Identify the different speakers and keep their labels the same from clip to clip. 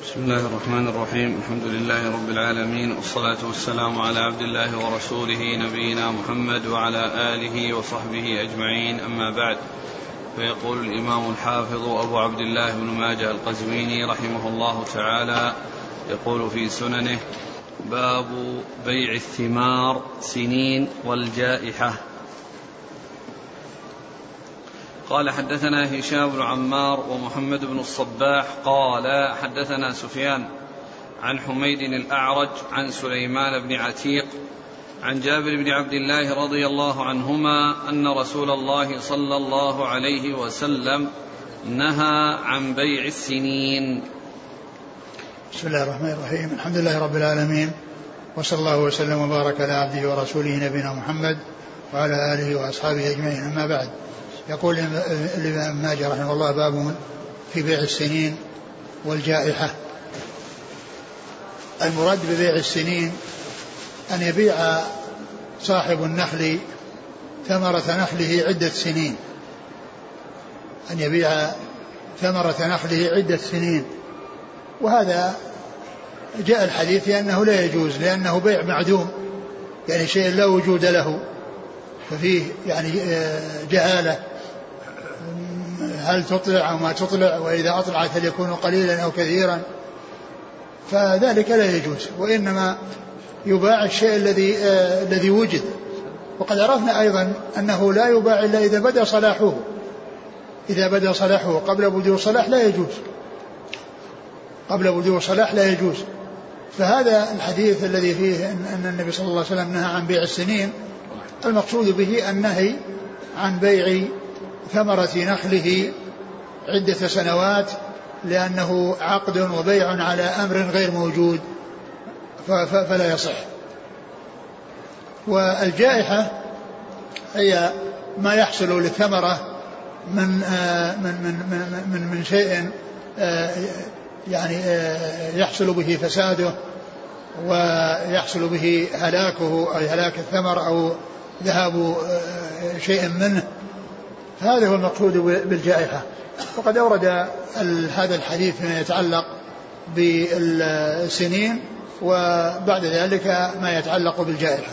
Speaker 1: بسم الله الرحمن الرحيم. الحمد لله رب العالمين، والصلاة والسلام على عبد الله ورسوله نبينا محمد وعلى آله وصحبه أجمعين، أما بعد. فيقول الإمام الحافظ أبو عبد الله بن ماجه القزويني رحمه الله تعالى، يقول في سننه: باب بيع الثمار سنين والجائحة. قال: حدثنا هشام بن عمار ومحمد بن الصباح قال: حدثنا سفيان عن حميد الأعرج عن سليمان بن عتيق عن جابر بن عبد الله رضي الله عنهما أن رسول الله صلى الله عليه وسلم نهى عن بيع السنين.
Speaker 2: بسم الله الرحمن الرحيم. الحمد لله رب العالمين، وصلى الله وسلم وبارك على عبده ورسوله نبينا محمد وعلى آله وأصحابه أجمعين، أما بعد. يقول الإمام ماجه رحمه الله: باب في بيع السنين والجائحة. المراد ببيع السنين أن يبيع صاحب النخل ثمرة نخله عدة سنين، أن يبيع ثمرة نخله عدة سنين. وهذا جاء الحديث لأنه لا يجوز، لأنه بيع معدوم، يعني شيء لا وجود له، ففيه يعني جهالة، هل تطلع أو ما تطلع، وإذا أطلعت هل يكون قليلا أو كثيرا، فذلك لا يجوز. وإنما يباع الشيء الذي وجد. وقد عرفنا أيضا أنه لا يباع إلا إذا بدأ صلاحه، إذا بدأ صلاحه. قبل بدو صلاح لا يجوز، قبل بدو صلاح لا يجوز. فهذا الحديث الذي فيه أن النبي صلى الله عليه وسلم نهى عن بيع السنين، المقصود به النهي عن بيع ثمرة نخله عدة سنوات، لأنه عقد وبيع على أمر غير موجود، فلا يصح. والجائحة هي ما يحصل للثمرة من شيء يعني يحصل به فساده ويحصل به هلاكه، أو هلاك الثمر أو ذهاب شيء منه. هذا هو المقصود بالجائحة. وقد أورد هذا الحديث فيما يتعلق بالسنين، وبعد ذلك ما يتعلق بالجائحة.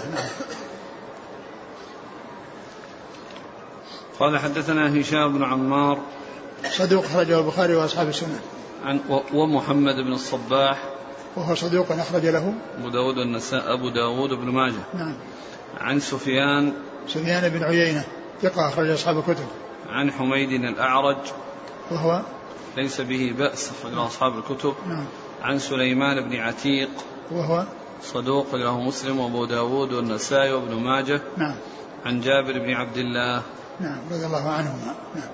Speaker 1: قال: حدثنا هشام بن عمار
Speaker 2: صدوق أخرجه البخاري وأصحاب السنن،
Speaker 1: ومحمد بن الصباح
Speaker 2: وهو صدوق أخرج له
Speaker 1: أبو داود بن ماجه.
Speaker 2: نعم.
Speaker 1: عن سفيان
Speaker 2: بن عيينة ثقة أخرج أصحاب الكتب.
Speaker 1: عن حميد الأعرج
Speaker 2: وهو
Speaker 1: ليس به بأس أخرج أصحاب الكتب.
Speaker 2: نعم.
Speaker 1: عن سليمان بن عتيق
Speaker 2: وهو
Speaker 1: صدوق له مسلم وأبو داود والنسائي وابن ماجه.
Speaker 2: نعم.
Speaker 1: عن جابر بن عبد الله
Speaker 2: نعم رضي الله عنهما. نعم.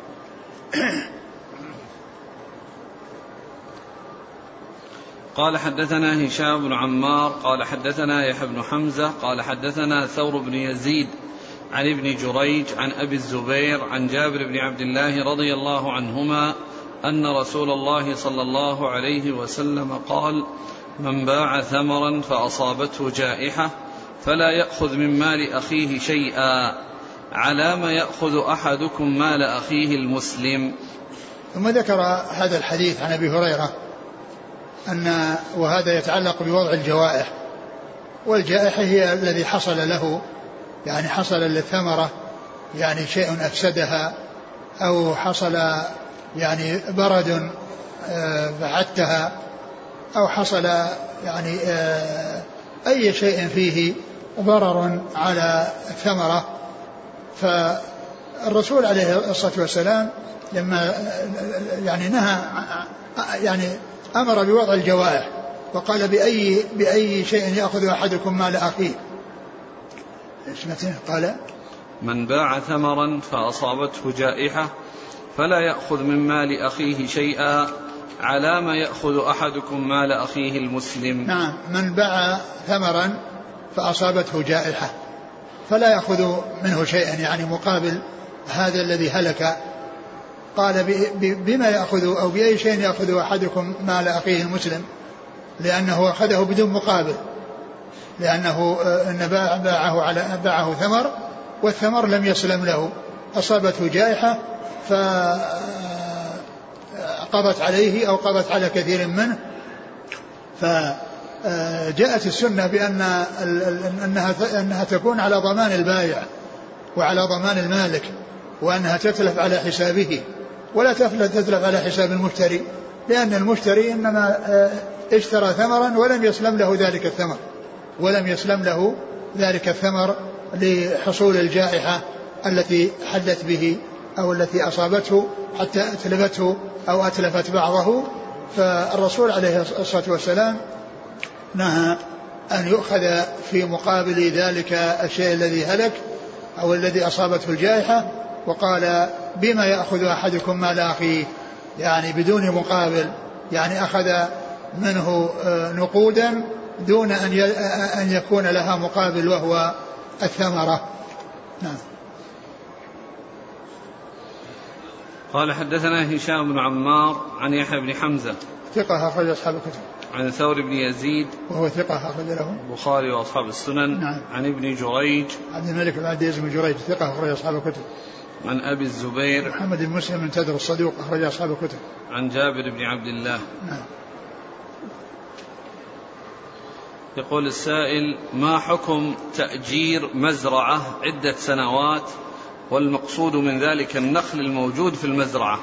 Speaker 1: قال: حدثنا هشام بن عمار قال: حدثنا يحيى بن حمزة قال: حدثنا ثور بن يزيد عن ابن جريج عن أبي الزبير عن جابر بن عبد الله رضي الله عنهما أن رسول الله صلى الله عليه وسلم قال: من باع ثمرا فأصابته جائحة فلا يأخذ من مال أخيه شيئا، على ما يأخذ أحدكم مال أخيه المسلم.
Speaker 2: ثم ذكر هذا الحديث عن أبي هريرة وهذا يتعلق بوضع الجوائح. والجائحة هي الذي حصل له، يعني حصل للثمرة يعني شيء أفسدها، أو حصل يعني برد فحتها، أو حصل يعني أي شيء فيه ضرر على الثمرة. فالرسول عليه الصلاة والسلام لما يعني نهى، يعني أمر بوضع الجوائح، وقال: بأي شيء يأخذ أحدكم مال أخيه. قال:
Speaker 1: من باع ثمرا فأصابته جائحة فلا يأخذ من مال أخيه شيئا، على ما يأخذ أحدكم مال أخيه المسلم.
Speaker 2: نعم. من باع ثمرا فأصابته جائحة فلا يأخذ منه شيئا، يعني مقابل هذا الذي هلك. قال: بما يأخذ أو بأي شيء يأخذ أحدكم مال أخيه المسلم، لأنه أخذه بدون مقابل، لأنه باعه ثمر، والثمر لم يسلم له، أصابته جائحة فقضت عليه أو قضت على كثير منه، فجاءت السنة بأن أنها تكون على ضمان البائع وعلى ضمان المالك، وأنها تتلف على حسابه ولا تتلف على حساب المشتري، لأن المشتري إنما اشترى ثمرا ولم يسلم له ذلك الثمر لحصول الجائحة التي حلت به أو التي أصابته حتى أتلفته أو أتلفت بعضه. فالرسول عليه الصلاة والسلام نهى أن يؤخذ في مقابل ذلك الشيء الذي هلك أو الذي أصابته الجائحة، وقال بما يأخذ أحدكم مال أخيه، يعني بدون مقابل، يعني أخذ منه نقودا دون أن يكون لها مقابل وهو الثمرة. نعم.
Speaker 1: قال حدثنا هشام بن عمار عن يحيى بن حمزة
Speaker 2: ثقة أخرج أصحاب الكتب.
Speaker 1: عن ثور بن يزيد
Speaker 2: وهو ثقة أخرج له
Speaker 1: البخاري وأصحاب السنن.
Speaker 2: نعم.
Speaker 1: عن ابن جريج
Speaker 2: عبد الملك بن عبد العزيز بن جريج ثقة أخرج أصحاب الكتب.
Speaker 1: عن أبي الزبير
Speaker 2: محمد بن مسلم بن تدر الصدوق أخرج أصحاب الكتب.
Speaker 1: عن جابر بن عبد الله.
Speaker 2: نعم.
Speaker 1: يقول السائل: ما حكم تأجير مزرعة عدة سنوات والمقصود من ذلك النخل الموجود في المزرعة؟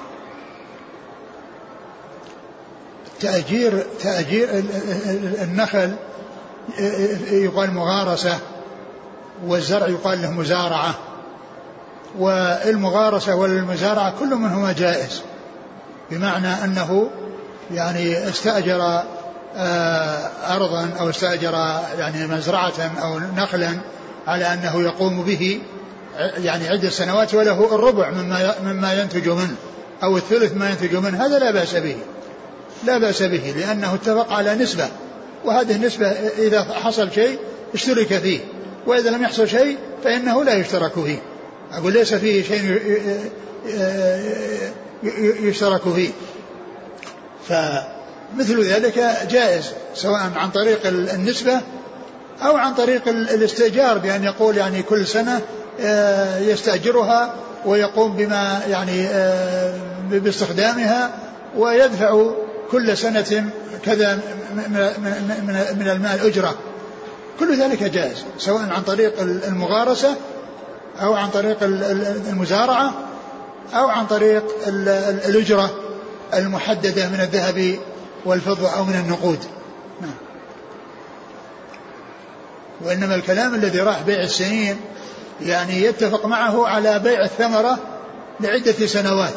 Speaker 2: تأجير النخل يقال مغارسة، والزرع يقال له مزارعة، والمغارسة والمزارعة كل منهما جائز، بمعنى أنه يعني استأجر أرضا أو استأجر يعني مزرعة أو نخلا على أنه يقوم به يعني عدة سنوات وله الربع مما ينتج منه أو الثلث ما ينتج منه، هذا لا بأس به لأنه اتفق على نسبة، وهذه النسبة إذا حصل شيء اشترك فيه، وإذا لم يحصل شيء فإنه لا يشترك فيه. أقول ليس فيه شيء يشترك فيه، فمثل ذلك جائز سواء عن طريق النسبة أو عن طريق الاستئجار، بأن يقول يعني كل سنة يستأجرها ويقوم بما يعني باستخدامها ويدفع كل سنة كذا من المال أجرة، كل ذلك جائز سواء عن طريق المغارسة أو عن طريق المزارعة أو عن طريق الأجرة المحددة من الذهب والفضة أو من النقود. وإنما الكلام الذي راح بيع السنين يعني يتفق معه على بيع الثمرة لعدة سنوات،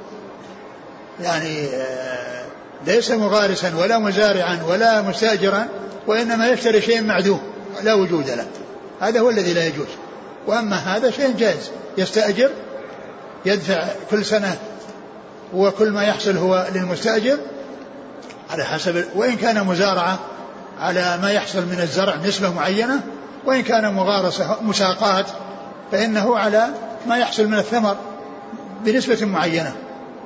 Speaker 2: يعني ليس مغارسا ولا مزارعا ولا مستاجرا، وإنما يشتري شيء معدوم لا وجود له، هذا هو الذي لا يجوز. وأما هذا شيء جائز، يستأجر يدفع كل سنة وكل ما يحصل هو للمستأجر على حسب، وإن كان مزارعة على ما يحصل من الزرع نسبة معينة، وإن كان مغارسة مساقات فإنه على ما يحصل من الثمر بنسبة معينة.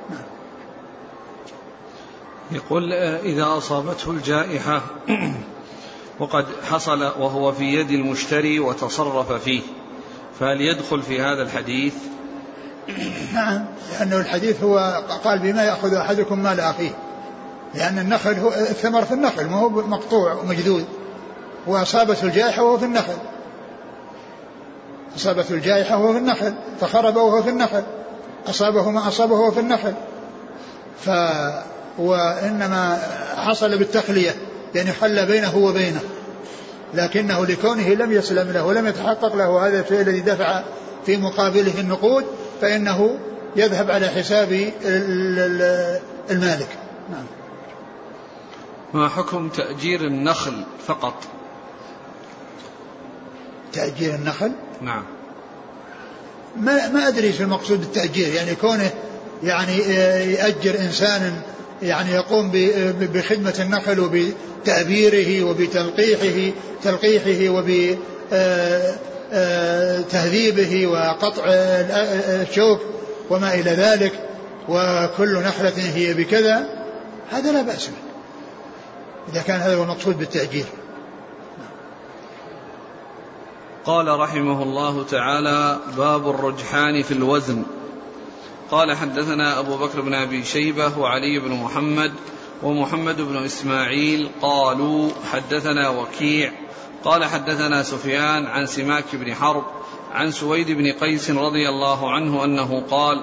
Speaker 1: يقول: إذا أصابته الجائحة وقد حصل وهو في يد المشتري وتصرف فيه، فهل يدخل في هذا الحديث؟
Speaker 2: نعم، لأنه الحديث هو قال بما يأخذ أحدكم مال أخيه، لأن النخل هو الثمر في النخل ما هو مقطوع ومجذوذ، وأصابته الجائحة وهو في النخل، أصابته الجائحة وهو في النخل فخرب وهو في النخل، أصابه ما أصابه وهو في النخل، وإنما حصل بالتخلية يعني حل بينه وبينه، لكنه لكونه لم يسلم له ولم يتحقق له هذا الشيء الذي دفع في مقابله النقود، فإنه يذهب على حساب المالك. نعم.
Speaker 1: ما حكم تأجير النخل فقط؟
Speaker 2: تأجير النخل؟
Speaker 1: نعم.
Speaker 2: ما أدري شو المقصود بالتأجير، يعني كونه يعني يأجر إنسان يعني يقوم بخدمة النخل وبتأبيره وبتلقيحه وبتهذيبه وقطع الشوك وما إلى ذلك، وكل نخلة هي بكذا، هذا لا بأس به إذا كان هذا هو المقصود بالتأجير.
Speaker 1: قال رحمه الله تعالى: باب الرجحان في الوزن. قال: حدثنا أبو بكر بن أبي شيبة وعلي بن محمد ومحمد بن إسماعيل قالوا حدثنا وكيع قال حدثنا سفيان عن سماك بن حرب عن سويد بن قيس رضي الله عنه أنه قال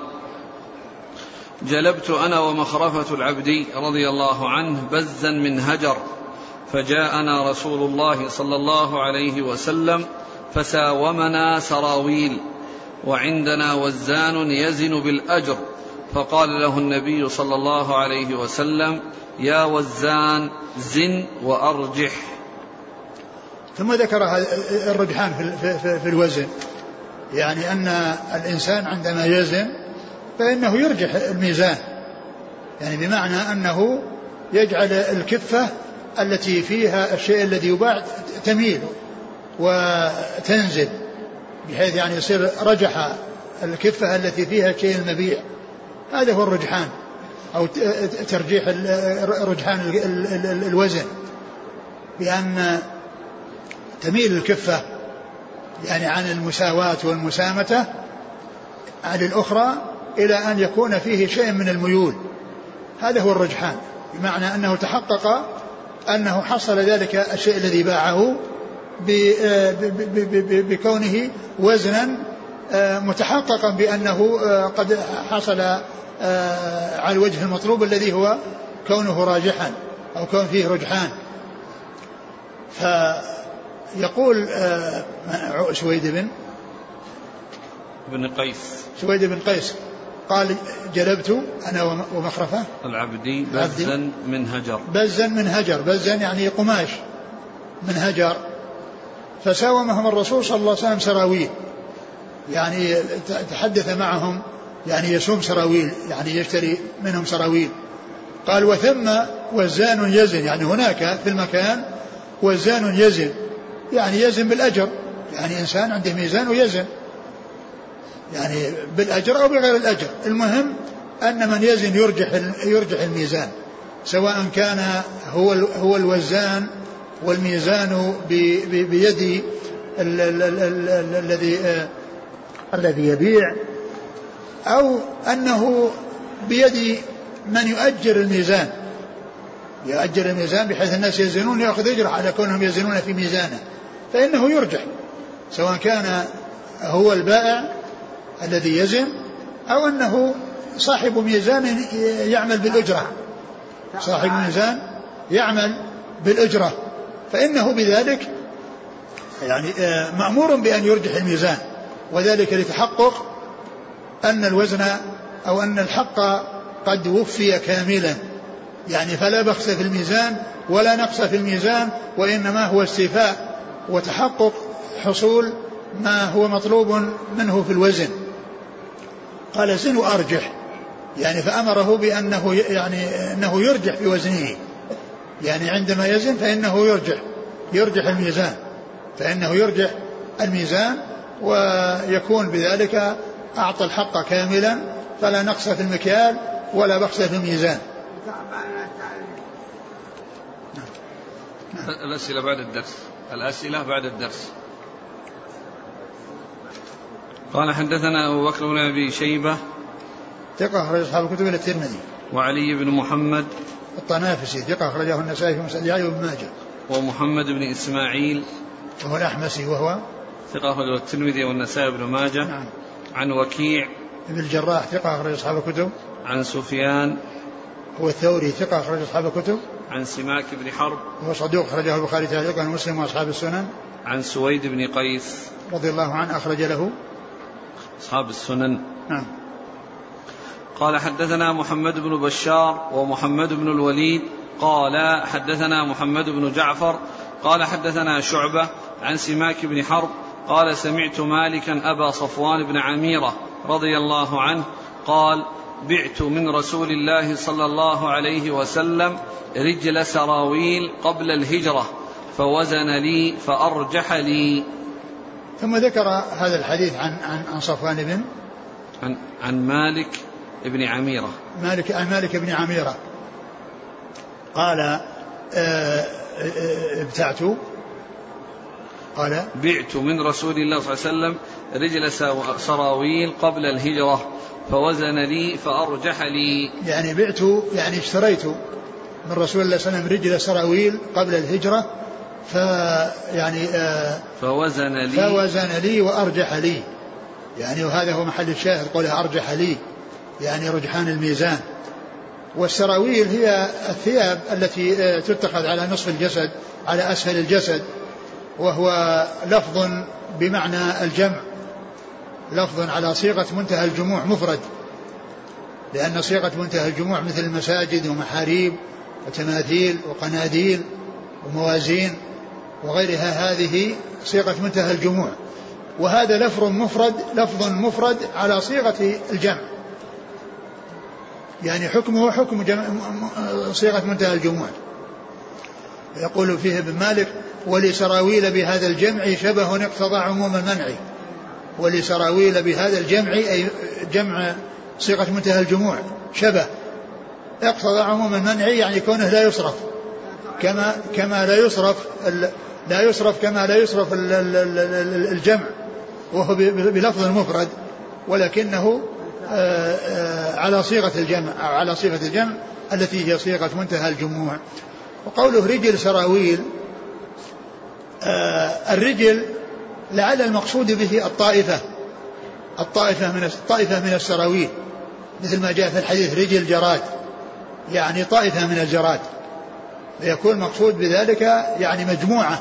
Speaker 1: جلبت أنا ومخرفة العبدي رضي الله عنه بزا من هجر فجاءنا رسول الله صلى الله عليه وسلم فساومنا سراويل وعندنا وزان يزن بالأجر فقال له النبي صلى الله عليه وسلم يا وزان زن وأرجح.
Speaker 2: ثم ذكر الرجحان في الوزن، يعني أن الإنسان عندما يزن فإنه يرجح الميزان، يعني بمعنى أنه يجعل الكفة التي فيها الشيء الذي يباع تميل وتنزل، بحيث يعني يصير رجح الكفة التي فيها الشيء المبيع. هذا هو الرجحان أو ترجيح رجحان الوزن، بأن تميل الكفة يعني عن المساواة والمسامة عن الأخرى إلى أن يكون فيه شيء من الميول. هذا هو الرجحان، بمعنى أنه تحقق أنه حصل ذلك الشيء الذي باعه بكونه وزنا متحققا بأنه قد حصل على الوجه المطلوب الذي هو كونه راجحا أو كون فيه رجحان. فيقول سويد بن قيس قال جلبت أنا ومخرفة
Speaker 1: العبدي بزا من هجر. بزا يعني قماش من هجر، فساومهم الرسول صلى الله عليه وسلم سراويل، يعني تحدث معهم، يعني يسوم سراويل، يعني يشتري منهم سراويل. قال وثم وزان يزن، يعني هناك في المكان وزان يزن، يعني يزن بالأجر، يعني إنسان عنده ميزان ويزن، يعني بالأجر أو بغير الأجر، المهم أن من يزن يرجح الميزان، سواء كان هو الوزان والميزان بيد الذي يبيع، أو أنه بيد من يؤجر الميزان بحيث الناس يزنون يأخذ أجر على كونهم يزنون في ميزانه، فإنه يرجح، سواء كان هو البائع الذي يزن أو أنه صاحب ميزان يعمل بالأجرة، صاحب ميزان يعمل بالأجرة، فإنه بذلك يعني مأمور بأن يرجح الميزان، وذلك لتحقق أن الوزن أو أن الحق قد وفي كاملا، يعني فلا بخس في الميزان ولا نقص في الميزان، وإنما هو استيفاء وتحقق حصول ما هو مطلوب منه في الوزن. قال زن وأرجح، يعني فأمره بأنه يعني أنه يرجح في وزنه، يعني عندما يزن فإنه يرجح الميزان، فإنه يرجح الميزان ويكون بذلك أعطى الحق كاملا، فلا نقص في المكيال ولا بخس في الميزان. الأسئلة بعد الدرس. قال حدثنا أبو بكر بن أبي شيبة
Speaker 2: ثقة أخرج أصحاب الكتب إلى الترمذي.
Speaker 1: وعلي بن محمد
Speaker 2: الطنافسي ثقة أخرجه النسائي في مسند وابن ماجه.
Speaker 1: ومحمد بن إسماعيل
Speaker 2: وهو الأحمسي وهو
Speaker 1: ثقة أخرجه الترمذي والنسائي وابن ماجه.
Speaker 2: نعم.
Speaker 1: عن وكيع
Speaker 2: ابن الجراح ثقة أخرج أصحاب الكتب.
Speaker 1: عن سفيان
Speaker 2: هو الثوري ثقة أخرج أصحاب الكتب.
Speaker 1: عن سماك بن حرب
Speaker 2: وهو صدوق أخرجه البخاري تعليقا ومسلم وأصحاب السنن.
Speaker 1: عن سويد بن قيس
Speaker 2: رضي الله عنه أخرج له
Speaker 1: أصحاب السنن.
Speaker 2: نعم.
Speaker 1: قال حدثنا محمد بن بشار ومحمد بن الوليد قال حدثنا محمد بن جعفر قال حدثنا شعبة عن سماك بن حرب قال سمعت مالكا أبا صفوان بن عميرة رضي الله عنه قال بعت من رسول الله صلى الله عليه وسلم رجل سراويل قبل الهجرة فوزن لي فأرجح لي.
Speaker 2: ثم ذكر هذا الحديث عن صفوان بن
Speaker 1: عن مالك بن عميرة
Speaker 2: مالك بن عميرة قال ابتعت قال
Speaker 1: بعت من رسول الله صلى الله عليه وسلم رجل سراويل قبل الهجرة فوزن لي فأرجح لي.
Speaker 2: يعني بعت يعني اشتريت من رسول الله صلى الله عليه وسلم رجل سراويل قبل الهجرة فوزن لي وأرجح لي، يعني وهذا هو محل الشاهد قوله أرجح لي، يعني رجحان الميزان. والسراويل هي الثياب التي تتخذ على نصف الجسد على أسفل الجسد، وهو لفظ بمعنى الجمع، لفظ على صيغة منتهى الجموع مفرد، لأن صيغة منتهى الجموع مثل المساجد ومحاريب وتماثيل وقناديل وموازين وغيرها هذه صيغة منتهى الجموع، وهذا لفظ مفرد على صيغة الجمع، يعني حكمه حكم صيغة منتهى الجموع. يقول فيه ابن مالك: ولسراويل بهذا الجمع شبه اقتضى عموم المنع. ولسراويل بهذا الجمع أي جمع صيغة منتهى الجموع شبه اقتضى عموم المنع، يعني كونه لا يصرف كما لا يصرف الجمع وهو بلفظ المفرد، ولكنه على صيغة الجمع أو على صيغة الجمع التي هي صيغة منتهى الجموع. وقوله رجل سراويل، الرجل لعل المقصود به الطائفة من السراويل، مثل ما جاء في الحديث رجل جراد، يعني طائفة من الجراد، فيكون مقصود بذلك يعني مجموعة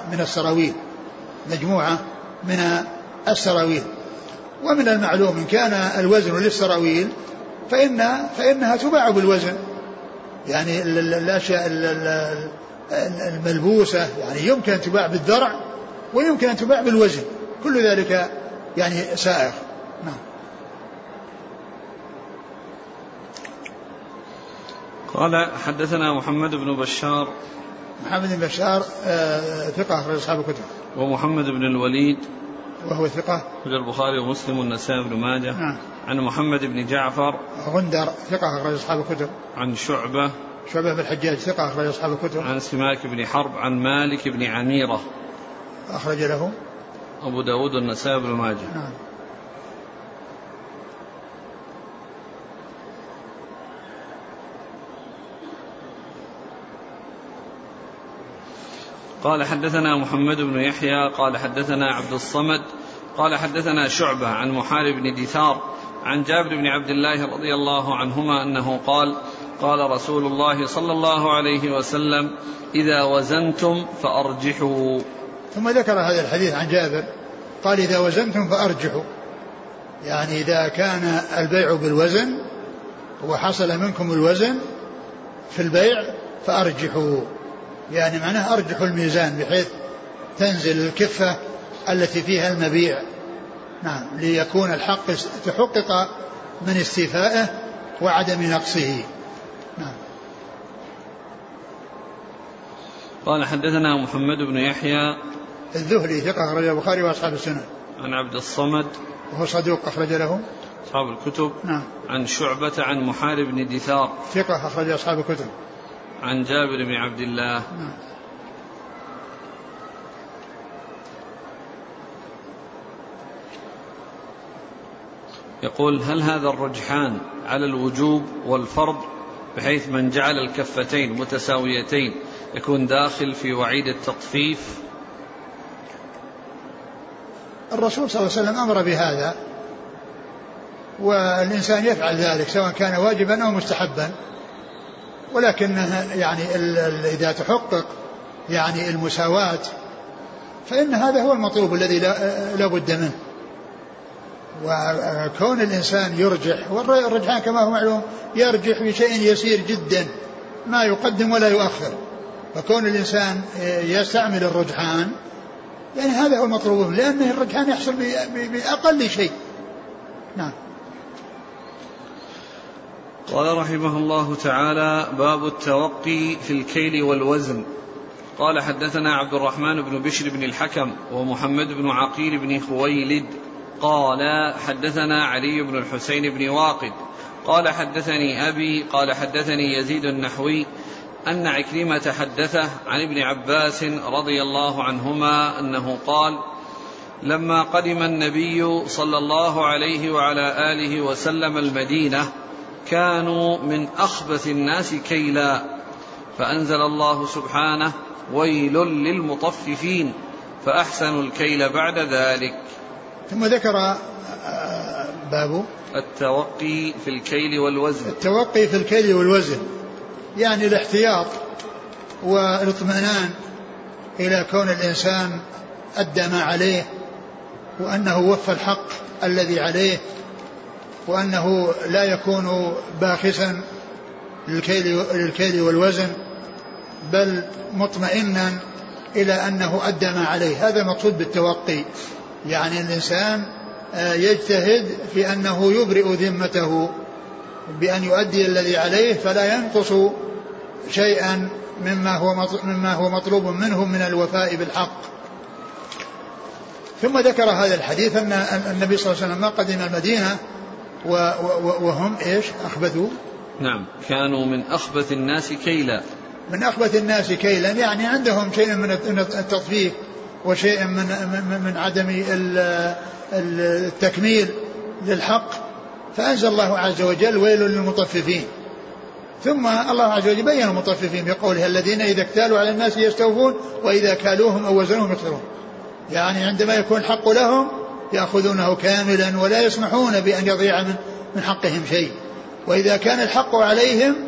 Speaker 2: من السراويل. ومن المعلوم إن كان الوزن للسراويل فإنها تباع بالوزن، يعني الأشياء الملبوسة يعني يمكن أن تباع بالذرع ويمكن أن تباع بالوزن، كل ذلك يعني سائغ. نعم.
Speaker 1: قال حدثنا محمد بن بشار
Speaker 2: ثقة أخرج أصحاب الكتب.
Speaker 1: ومحمد بن الوليد
Speaker 2: وهو ثقة
Speaker 1: أخرج البخاري ومسلم والنسائي بن ماجه.
Speaker 2: نعم.
Speaker 1: عن محمد بن جعفر
Speaker 2: غندر ثقة أخرج أصحاب الكتب.
Speaker 1: عن شعبة
Speaker 2: بن الحجاج ثقة أخرج أصحاب الكتب.
Speaker 1: عن سماك بن حرب عن مالك بن عميرة
Speaker 2: أخرج له
Speaker 1: أبو داود والنسائي بن ماجه.
Speaker 2: نعم.
Speaker 1: قال حدثنا محمد بن يحيى قال حدثنا عبد الصمد قال حدثنا شعبة عن محارب بن دثار عن جابر بن عبد الله رضي الله عنهما أنه قال: قال رسول الله صلى الله عليه وسلم: إذا وزنتم فأرجحوا.
Speaker 2: ثم ذكر هذا الحديث عن جابر قال: إذا وزنتم فأرجحوا، يعني إذا كان البيع بالوزن وحصل منكم الوزن في البيع فأرجحوا، يعني معناه أرجحوا الميزان بحيث تنزل الكفة التي فيها المبيع، نعم، ليكون الحق تحقق من استيفائه وعدم نقصه. نعم.
Speaker 1: قال حدثنا محمد بن يحيى
Speaker 2: الذهلي ثقة أخرج البخاري وأصحاب السنن.
Speaker 1: عن عبد الصمد وهو
Speaker 2: صدوق أخرج له
Speaker 1: أصحاب الكتب.
Speaker 2: نعم.
Speaker 1: عن شعبة عن محارب بن دثار
Speaker 2: ثقة أخرج أصحاب الكتب.
Speaker 1: عن جابر بن عبد الله.
Speaker 2: نعم.
Speaker 1: يقول: هل هذا الرجحان على الوجوب والفرض بحيث من جعل الكفتين متساويتين يكون داخل في وعيد التطفيف؟
Speaker 2: الرسول صلى الله عليه وسلم أمر بهذا، والإنسان يفعل ذلك سواء كان واجبا أو مستحبا، ولكنه يعني إذا تحقق يعني المساواة فإن هذا هو المطلوب الذي لا بد منه. وكون الإنسان يرجح، والرجحان كما هو معلوم يرجح بشيء يسير جدا ما يقدم ولا يؤخر، فكون الإنسان يستعمل الرجحان يعني هذا هو المطلوب، لأن الرجحان يحصل بأقل شيء. نعم.
Speaker 1: قال رحمه الله تعالى: باب التوقي في الكيل والوزن. قال حدثنا عبد الرحمن بن بشر بن الحكم ومحمد بن عقيل بن خويلد قال حدثنا علي بن الحسين بن واقد قال حدثني أبي قال حدثني يزيد النحوي أن عكرمة حدثه عن ابن عباس رضي الله عنهما أنه قال: لما قدم النبي صلى الله عليه وعلى آله وسلم المدينة كانوا من أخبث الناس كيلا، فأنزل الله سبحانه: ويل للمطففين، فأحسنوا الكيل بعد ذلك.
Speaker 2: ثم ذكر باب
Speaker 1: التوقي في الكيل والوزن.
Speaker 2: التوقي في الكيل والوزن يعني الاحتياط والاطمئنان إلى كون الإنسان أدى ما عليه، وأنه وفى الحق الذي وأنه لا يكون باخسا للكيل والوزن، بل مطمئنا إلى أنه أدى ما عليه. هذا مقصود بالتوقي، يعني الإنسان يجتهد في أنه يبرئ ذمته بأن يؤدي الذي عليه، فلا ينقص شيئا مما هو مطلوب منه من الوفاء بالحق. ثم ذكر هذا الحديث أن النبي صلى الله عليه وسلم ما قدم المدينة وهم إيش أخبثوا.
Speaker 1: نعم، كانوا من أخبث الناس كيلا.
Speaker 2: من أخبث الناس كيلا يعني عندهم شيء من التطفيف وشيء من عدم التكميل للحق، فأنزل الله عز وجل: ويل للمطففين. ثم الله عز وجل بين المطففين بقوله: الذين إذا اكتالوا على الناس يستوفون وإذا كالوهم أو وزنوهم يخسرون. يعني عندما يكون الحق لهم يأخذونه كاملا ولا يسمحون بأن يضيع من حقهم شيء، وإذا كان الحق عليهم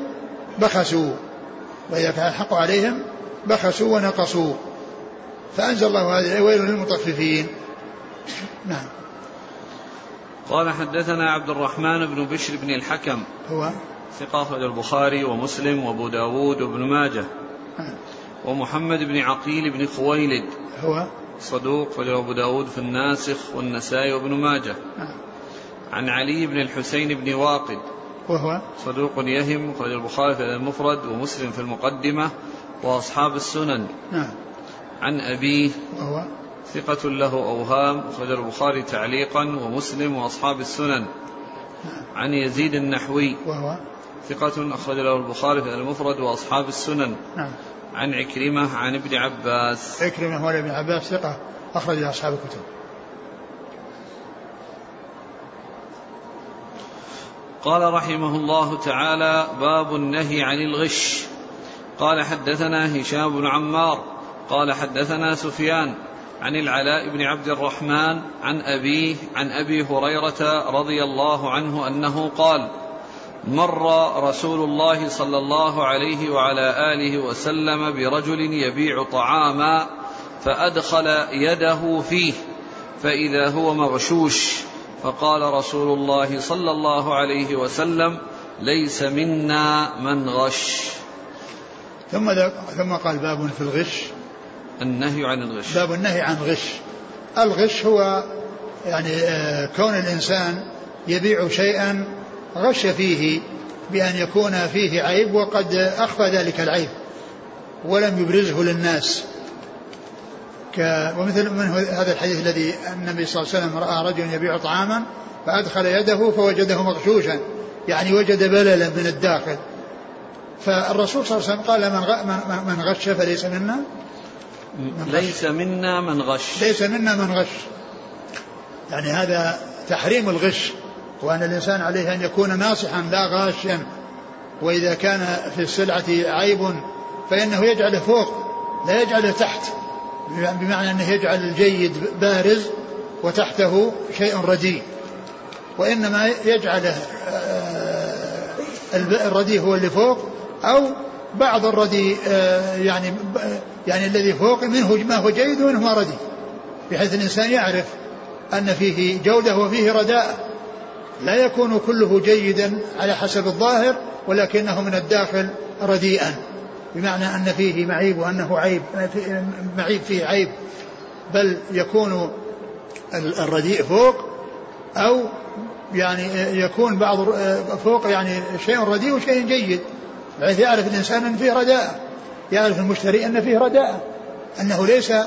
Speaker 2: بخسوا ونقصوا. فأنزل الله هذه: ويل للمطففين. نعم.
Speaker 1: قال: حدثنا عبد الرحمن بن بشر بن الحكم،
Speaker 2: هو
Speaker 1: ثقة أخرجه البخاري ومسلم وأبو داود وابن ماجه. ومحمد بن عقيل بن خويلد، هو صدوق، أخرجه أبو داود في الناسخ والنسائي وابن ماجه. عن علي بن الحسين بن واقد،
Speaker 2: وهو
Speaker 1: صدوق يهم، أخرجه البخاري في المفرد ومسلم في المقدمة وأصحاب السنن. عن أبيه، وهو ثقة له أوهام، أخرجه البخاري تعليقا ومسلم وأصحاب السنن. عن يزيد النحوي، وهو ثقة، أخرج له البخاري في المفرد وأصحاب السنن. عن عكرمة عن ابن عباس.
Speaker 2: عكرمة هو ابن عباس ثقة، أخرج له أصحاب الكتب.
Speaker 1: قال رحمه الله تعالى: باب النهي عن الغش. قال: حدثنا هشام بن عمار قال: حدثنا سفيان عن العلاء بن عبد الرحمن عن أبيه عن أبي هريرة رضي الله عنه أنه قال: مر رسول الله صلى الله عليه وعلى آله وسلم برجل يبيع طعاما فأدخل يده فيه فإذا هو مغشوش، فقال رسول الله صلى الله عليه وسلم: ليس منا من غش.
Speaker 2: ثم قال: باب في الغش،
Speaker 1: النهي عن الغش.
Speaker 2: باب النهي عن الغش. الغش هو يعني كون الإنسان يبيع شيئا غش فيه بأن يكون فيه عيب وقد أخفى ذلك العيب ولم يبرزه للناس، ومثل من هذا الحديث الذي النبي صلى الله عليه وسلم رأى رجل يبيع طعاما فأدخل يده فوجده مغشوشا، يعني وجد بللا من الداخل، فالرسول صلى الله عليه وسلم قال: من غش فليس منا.
Speaker 1: ليس منا من غش.
Speaker 2: ليس منا من غش، يعني هذا تحريم الغش، وأن الإنسان عليه أن يكون ناصحا لا غاشا، وإذا كان في السلعة عيب فإنه يجعله فوق لا يجعله تحت، بمعنى أنه يجعل الجيد بارز وتحته شيء رديء، وإنما يجعله الرديء هو اللي فوق، أو بعض الرديء يعني الذي فوق منه ما هو جيد ومنه ما رديء، بحيث الإنسان يعرف أن فيه جودة وفيه رداء، لا يكون كله جيدا على حسب الظاهر ولكنه من الداخل رديئا، بمعنى أن فيه معيب وأنه عيب، معيب فيه عيب، بل يكون الرديء فوق، أو يعني يكون بعض فوق يعني شيء رديء وشيء جيد، بحيث يعرف الإنسان أن فيه رداء، يعرف المشتري أن فيه رداء، أنه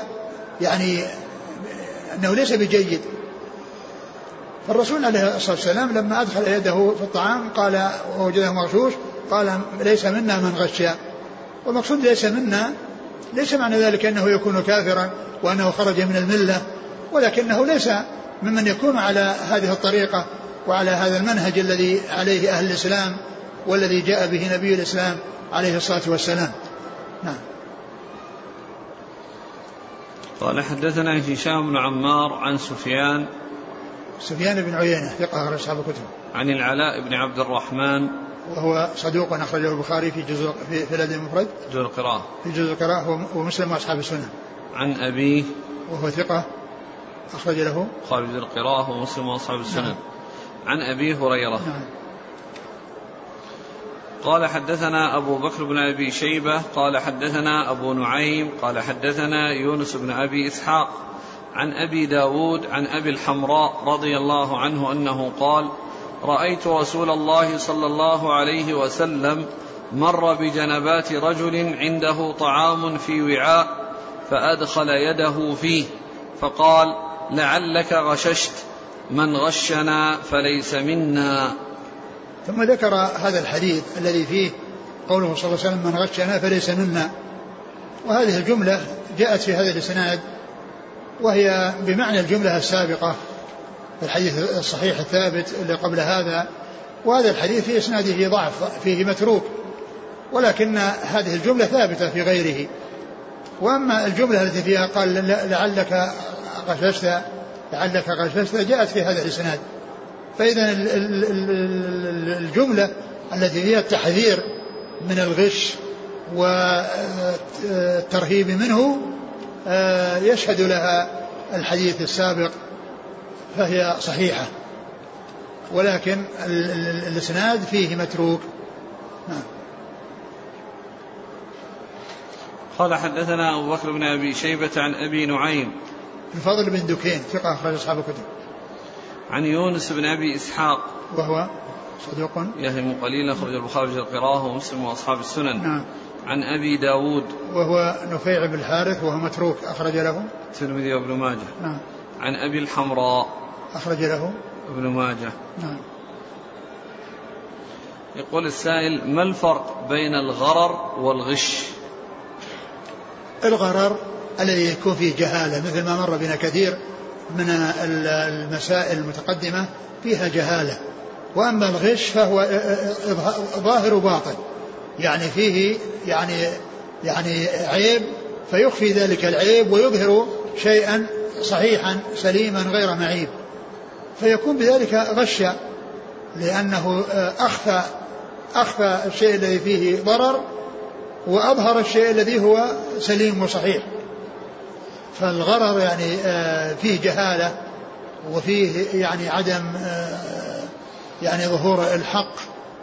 Speaker 2: ليس بجيد. فالرسول عليه الصلاة والسلام لما أدخل يده في الطعام قال ووجده مغشوش قال: ليس منا من غش. والمقصود ليس منا ليس معنى ذلك أنه يكون كافرا وأنه خرج من الملة، ولكنه ليس ممن يكون على هذه الطريقة وعلى هذا المنهج الذي عليه أهل الإسلام والذي جاء به نبي الإسلام عليه الصلاة والسلام. نعم.
Speaker 1: قال حدثنا هشام بن عمار عن سفيان
Speaker 2: بن عيينة ثقة أخرج أصحاب الكتب.
Speaker 1: عن العلاء بن عبد الرحمن
Speaker 2: وهو صدوق أخرجه البخاري في جزء في الأدب المفرد
Speaker 1: جزء القراءة
Speaker 2: في جزء القراءة ومسلم وأصحاب السنة.
Speaker 1: عن أبيه
Speaker 2: وهو ثقة أخرج له
Speaker 1: البخاري جزء القراءة ومسلم وأصحاب السنة.
Speaker 2: نعم.
Speaker 1: عن أبي هريرة.
Speaker 2: نعم.
Speaker 1: قال حدثنا أبو بكر بن أبي شيبة قال حدثنا أبو نعيم قال حدثنا يونس بن أبي إسحاق عن أبي داود عن أبي الحمراء رضي الله عنه أنه قال رأيت رسول الله صلى الله عليه وسلم مر بجنبات رجل عنده طعام في وعاء فأدخل يده فيه فقال لعلك غششت من غشنا فليس منا.
Speaker 2: ثم ذكر هذا الحديث الذي فيه قوله صلى الله عليه وسلم من غشنا فليس منا، وهذه الجملة جاءت في هذا الإسناد وهي بمعنى الجملة السابقة في الحديث الصحيح الثابت اللي قبل هذا، وهذا الحديث في إسناده ضعف فيه متروك، ولكن هذه الجملة ثابتة في غيره. وأما الجملة التي فيها قال لعلك غششت جاءت في هذا الإسناد، فإذا الجملة التي فيها التحذير من الغش والترهيب منه يشهد لها الحديث السابق فهي صحيحة، ولكن الإسناد فيه متروك.
Speaker 1: قال حدثنا أبو بكر بن أبي شيبة عن أبي نعيم
Speaker 2: الفضل بن دكين ثقة أخرج أصحاب الكتب.
Speaker 1: عن يونس بن أبي إسحاق
Speaker 2: وهو صدوق
Speaker 1: يهم قليلا أخرج البخاري في القراءة ومسلم وأصحاب السنن.
Speaker 2: نعم.
Speaker 1: عن أبي داود
Speaker 2: وهو نفيع بن الحارث وهو متروك أخرج له
Speaker 1: الترمذي وابن ماجه.
Speaker 2: نعم.
Speaker 1: عن أبي الحمراء
Speaker 2: أخرج له
Speaker 1: ابن ماجه.
Speaker 2: نعم.
Speaker 1: يقول السائل ما الفرق بين الغرر والغش؟
Speaker 2: الغرر الذي يكون فيه جهالة مثل ما مر بنا كثير من المسائل المتقدمة فيها جهالة، وأما الغش فهو ظاهر وباطن، يعني فيه يعني عيب فيخفي ذلك العيب ويظهر شيئا صحيحا سليما غير معيب، فيكون بذلك غشا لأنه أخفى الشيء الذي فيه ضرر وأظهر الشيء الذي هو سليم وصحيح. فالغرر يعني فيه جهالة وفيه يعني عدم يعني ظهور الحق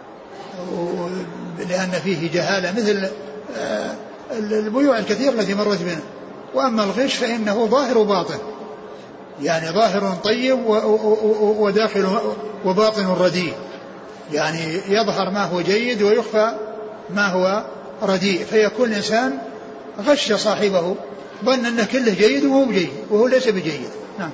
Speaker 2: لأن فيه جهالة مثل البيوع الكثير التي مرت بنا. وأما الغش فإنه ظاهر وباطن، يعني ظاهر طيب وداخل وباطن رديء، يعني يظهر ما هو جيد ويخفى ما هو رديء، فيكون الإنسان غش صاحبه ظن أنه كله جيد وهو جيد وهو ليس بجيد. نعم.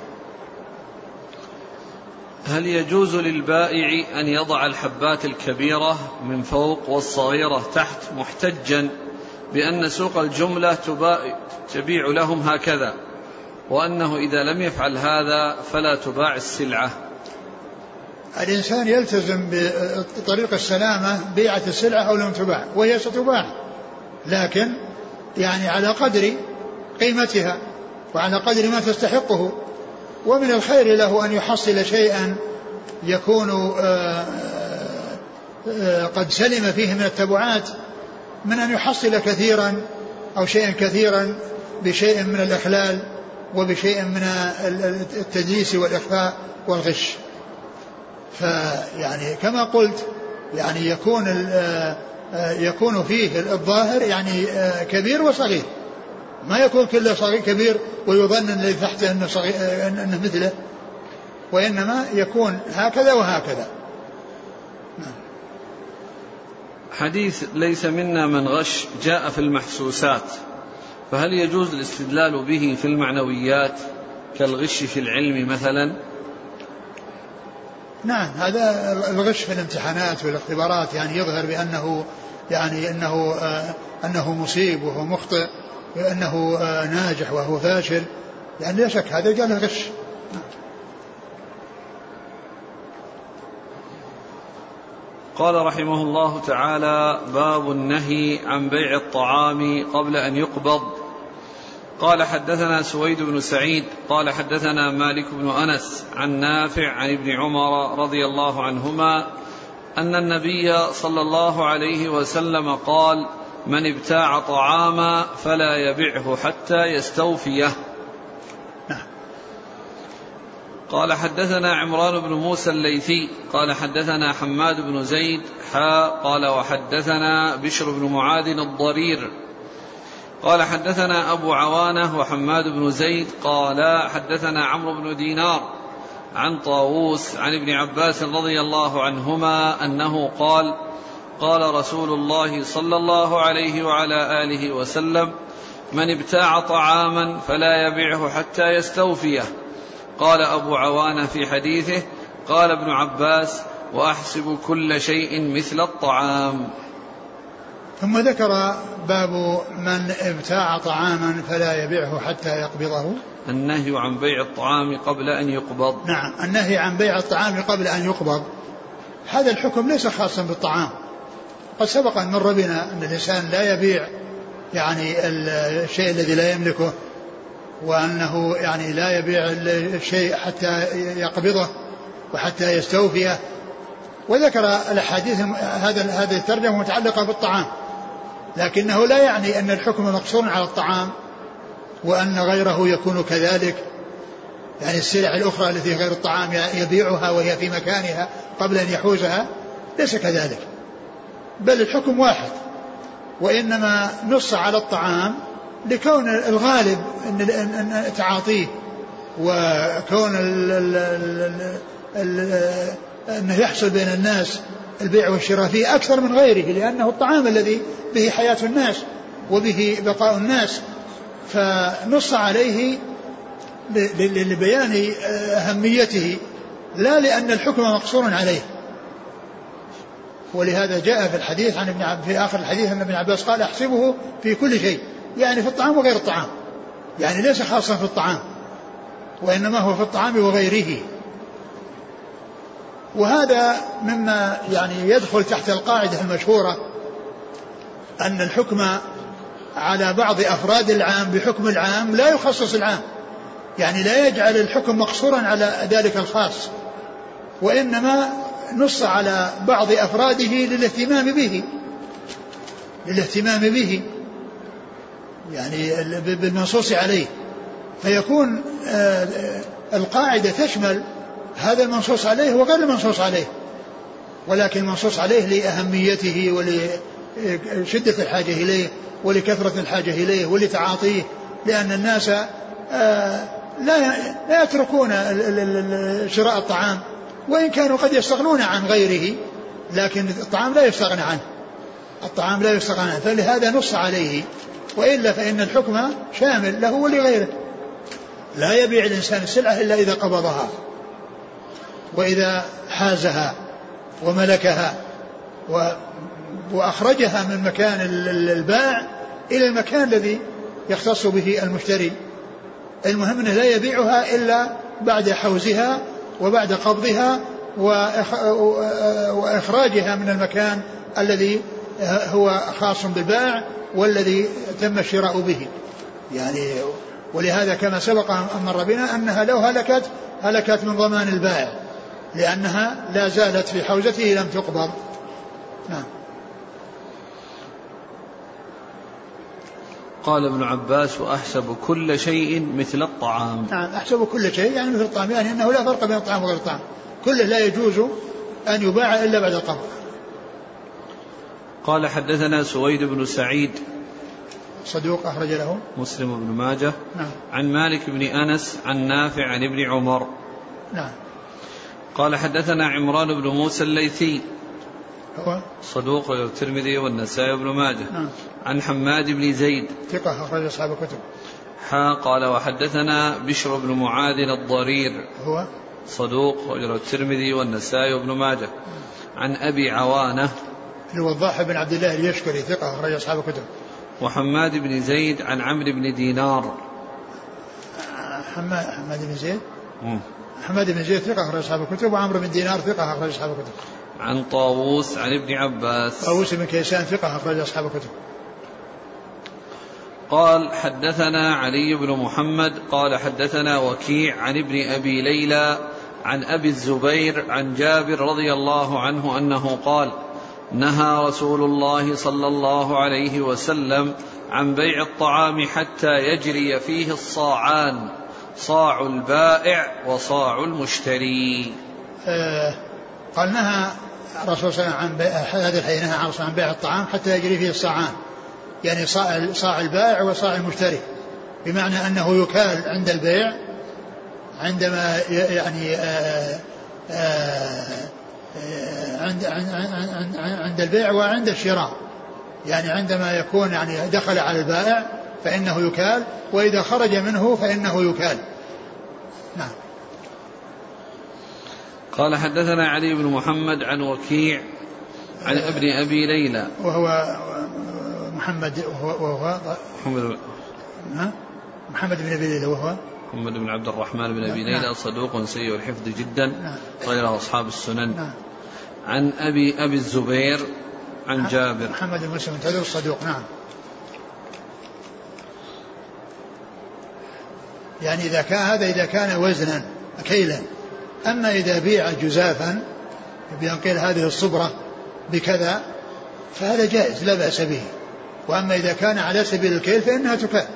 Speaker 1: هل يجوز للبائع أن يضع الحبات الكبيرة من فوق والصغيرة تحت محتجا بأن سوق الجملة تبيع لهم هكذا، وأنه إذا لم يفعل هذا فلا تباع السلعة؟
Speaker 2: الإنسان يلتزم بطريق السلامة بيعة السلعة أو لم تباع، وهي ستباع لكن يعني على قدر قيمتها وعلى قدر ما تستحقه، ومن الخير له أن يحصل شيئا يكون قد سلم فيه من التبعات من أن يحصل كثيرا أو شيئا كثيرا بشيء من الإخلال وبشيء من التدليس والإخفاء والغش. فيعني كما قلت يعني يكون فيه الظاهر يعني كبير وصغير، ما يكون كله صغير كبير ويظن الذي تحته انه صغير انه مثله، وانما يكون هكذا وهكذا.
Speaker 1: حديث ليس منا من غش جاء في المحسوسات، فهل يجوز الاستدلال به في المعنويات كالغش في العلم مثلا؟
Speaker 2: نعم، هذا الغش في الامتحانات والاختبارات يعني يظهر بأنه يعني أنه مصيب وهو مخطئ وأنه ناجح وهو فاشل، يعني لا شك هذا جاء له غش.
Speaker 1: قال رحمه الله تعالى: باب النهي عن بيع الطعام قبل أن يقبض. قال حدثنا سويد بن سعيد قال حدثنا مالك بن أنس عن نافع عن ابن عمر رضي الله عنهما أن النبي صلى الله عليه وسلم قال: من ابتاع طعاما فلا يبعه حتى يستوفيه. قال حدثنا عمران بن موسى الليثي قال حدثنا حماد بن زيد قال وحدثنا بشر بن معاذ الضرير قال حدثنا أبو عوانة وحماد بن زيد قال حدثنا عمرو بن دينار عن طاووس عن ابن عباس رضي الله عنهما أنه قال: قال رسول الله صلى الله عليه وعلى آله وسلم: من ابتاع طعاما فلا يبيعه حتى يستوفيه. قال أبو عوانة في حديثه: قال ابن عباس: وأحسب كل شيء مثل الطعام.
Speaker 2: ثم ذكر باب من ابتاع طعاما فلا يبيعه حتى يقبضه.
Speaker 1: النهي عن بيع الطعام قبل أن يقبض.
Speaker 2: نعم، النهي عن بيع الطعام قبل أن يقبض. هذا الحكم ليس خاصا بالطعام. قد سبق أن مر بنا أن الإنسان لا يبيع يعني الشيء الذي لا يملكه، وأنه يعني لا يبيع الشيء حتى يقبضه وحتى يستوفيه. وذكر الأحاديث هذه الترجمة متعلقة بالطعام، لكنه لا يعني أن الحكم مقصور على الطعام وأن غيره يكون كذلك. يعني السلع الأخرى التي غير الطعام يبيعها وهي في مكانها قبل أن يحوزها، ليس كذلك، بل الحكم واحد، وإنما نص على الطعام لكون الغالب أن تعاطيه، وكون أنه يحصل بين الناس البيع والشراء فيه أكثر من غيره، لأنه الطعام الذي به حياة الناس وبه بقاء الناس، فنص عليه لبيان أهميته لا لأن الحكم مقصور عليه. ولهذا جاء في الحديث في آخر الحديث أن ابن عباس قال: أحسبه في كل شيء، يعني في الطعام وغير الطعام، يعني ليس خاصا في الطعام وإنما هو في الطعام وغيره. وهذا مما يعني يدخل تحت القاعدة المشهورة أن الحكم على بعض أفراد العام بحكم العام لا يخصص العام، يعني لا يجعل الحكم مقصورا على ذلك الخاص، وإنما نص على بعض أفراده للاهتمام به يعني بالمنصوص عليه، فيكون القاعدة تشمل هذا المنصوص عليه وغير المنصوص عليه، ولكن المنصوص عليه لأهميته ولشدة الحاجة إليه ولكثرة الحاجة إليه ولتعاطيه، لأن الناس لا يتركون شراء الطعام، وإن كانوا قد يستغنون عن غيره، لكن الطعام لا يستغنى عنه، فلهذا نص عليه. وإلا فإن الحكم شامل له ولغيره. لا يبيع الإنسان السلعة إلا إذا قبضها وإذا حازها وملكها وأخرجها من مكان البائع إلى المكان الذي يختص به المشتري. المهم أنه لا يبيعها إلا بعد حوزها وبعد قبضها وإخراجها من المكان الذي هو خاص بالبائع والذي تم الشراء به يعني. ولهذا كما سبق أن مر بنا أنها لو هلكت من ضمان البائع، لأنها لا زالت في حوزته لم تقبض. نعم.
Speaker 1: قال ابن عباس: وأحسب كل شيء مثل الطعام.
Speaker 2: نعم، أحسب كل شيء يعني مثل الطعام، يعني أنه لا فرق بين الطعام وغير الطعام، كله لا يجوز أن يباع إلا بعد القبض.
Speaker 1: قال حدثنا سويد بن سعيد
Speaker 2: صدوق أخرج له
Speaker 1: مسلم بن ماجه.
Speaker 2: نعم.
Speaker 1: عن مالك بن أنس عن نافع عن ابن عمر.
Speaker 2: نعم.
Speaker 1: قال حدثنا عمران بن موسى الليثي
Speaker 2: هو
Speaker 1: صدوق الترمذي والنسائي وابن ماجه.
Speaker 2: نعم.
Speaker 1: عن حماد بن زيد
Speaker 2: ثقة أخرج أصحاب الكتب.
Speaker 1: قال وحدثنا بشر بن معاذ الضرير
Speaker 2: هو
Speaker 1: صدوق الترمذي والنسائي وابن ماجه. عن أبي عوانة
Speaker 2: الوضاح بن عبد الله اليشكري ثقة أخرج أصحاب الكتب.
Speaker 1: وحماد بن زيد عن عمرو بن دينار.
Speaker 2: حماد بن زيد ثقة أخرج أصحاب الكتب، وعمرو بن دينار ثقة أخرج أصحاب الكتب.
Speaker 1: عن طاووس عن ابن عباس.
Speaker 2: طاووس بن كيسان ثقة أخرج أصحاب الكتب.
Speaker 1: قال حدثنا علي بن محمد قال حدثنا وكيع عن ابن أبي ليلى عن أبي الزبير عن جابر رضي الله عنه أنه قال نهى رسول الله صلى الله عليه وسلم عن بيع الطعام حتى يجري فيه الصاعان، صاع البائع وصاع المشتري.
Speaker 2: قال نهى الرسول صلى الله عليه وسلم عن هذا الحين نهى عن بيع الطعام حتى يجري فيه الصاعان، يعني صاع البائع وصاع المشتري، بمعنى أنه يكال عند البيع عندما يعني عند البيع وعند الشراء، يعني عندما يكون يعني دخل على البائع فإنه يكال، وإذا خرج منه فإنه يكال. نعم.
Speaker 1: قال حدثنا علي بن محمد عن وكيع عن ابن أبي ليلى
Speaker 2: وهو محمد محمد بن أبي ليلى وهو
Speaker 1: محمد بن عبد الرحمن بن أبي ليلى صدوق سيء الحفظ جدا غير أصحاب السنن. عن أبي الزبير عن جابر
Speaker 2: محمد بن مسلم تدر الصدوق. نعم. يعني إذا كان وزنا كيلا. أما إذا بيع جزافا بأن قيل هذه الصبرة بكذا فهذا جائز لا بأس به، وأما إذا كان على سبيل الكيل فإنها تكال.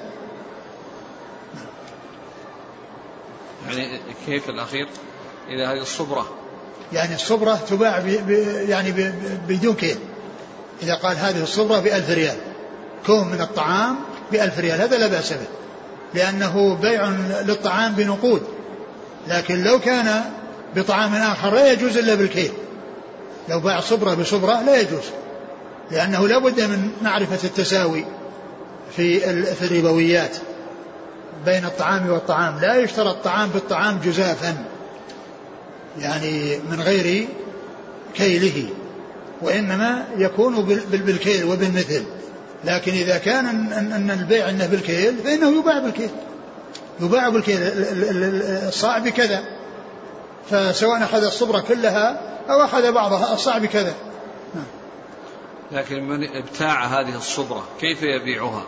Speaker 1: يعني كيف الأخير إذا هذه الصبرة،
Speaker 2: يعني الصبرة تباع يعني بدون كيل. إذا قال هذه الصبرة ب1000 ريال، كوم من الطعام ب1000 ريال، هذا لا بأس به لأنه بيع للطعام بنقود. لكن لو كان بطعام آخر لا يجوز إلا بالكيل. لو باع صبرة بصبرة لا يجوز، لأنه لا بد من معرفة التساوي في الربويات بين الطعام والطعام. لا يشترى الطعام بالطعام جزافا يعني من غير كيله، وإنما يكون بالكيل وبالمثل. لكن إذا كان أن البيع أنه بالكيل فإنه يباع بالكيل، يباع بالكيل الصاع بكذا، فسواء أخذ الصبرة كلها أو أخذ بعضها الصاع بكذا.
Speaker 1: لكن من ابتاع هذه الصبرة كيف يبيعها؟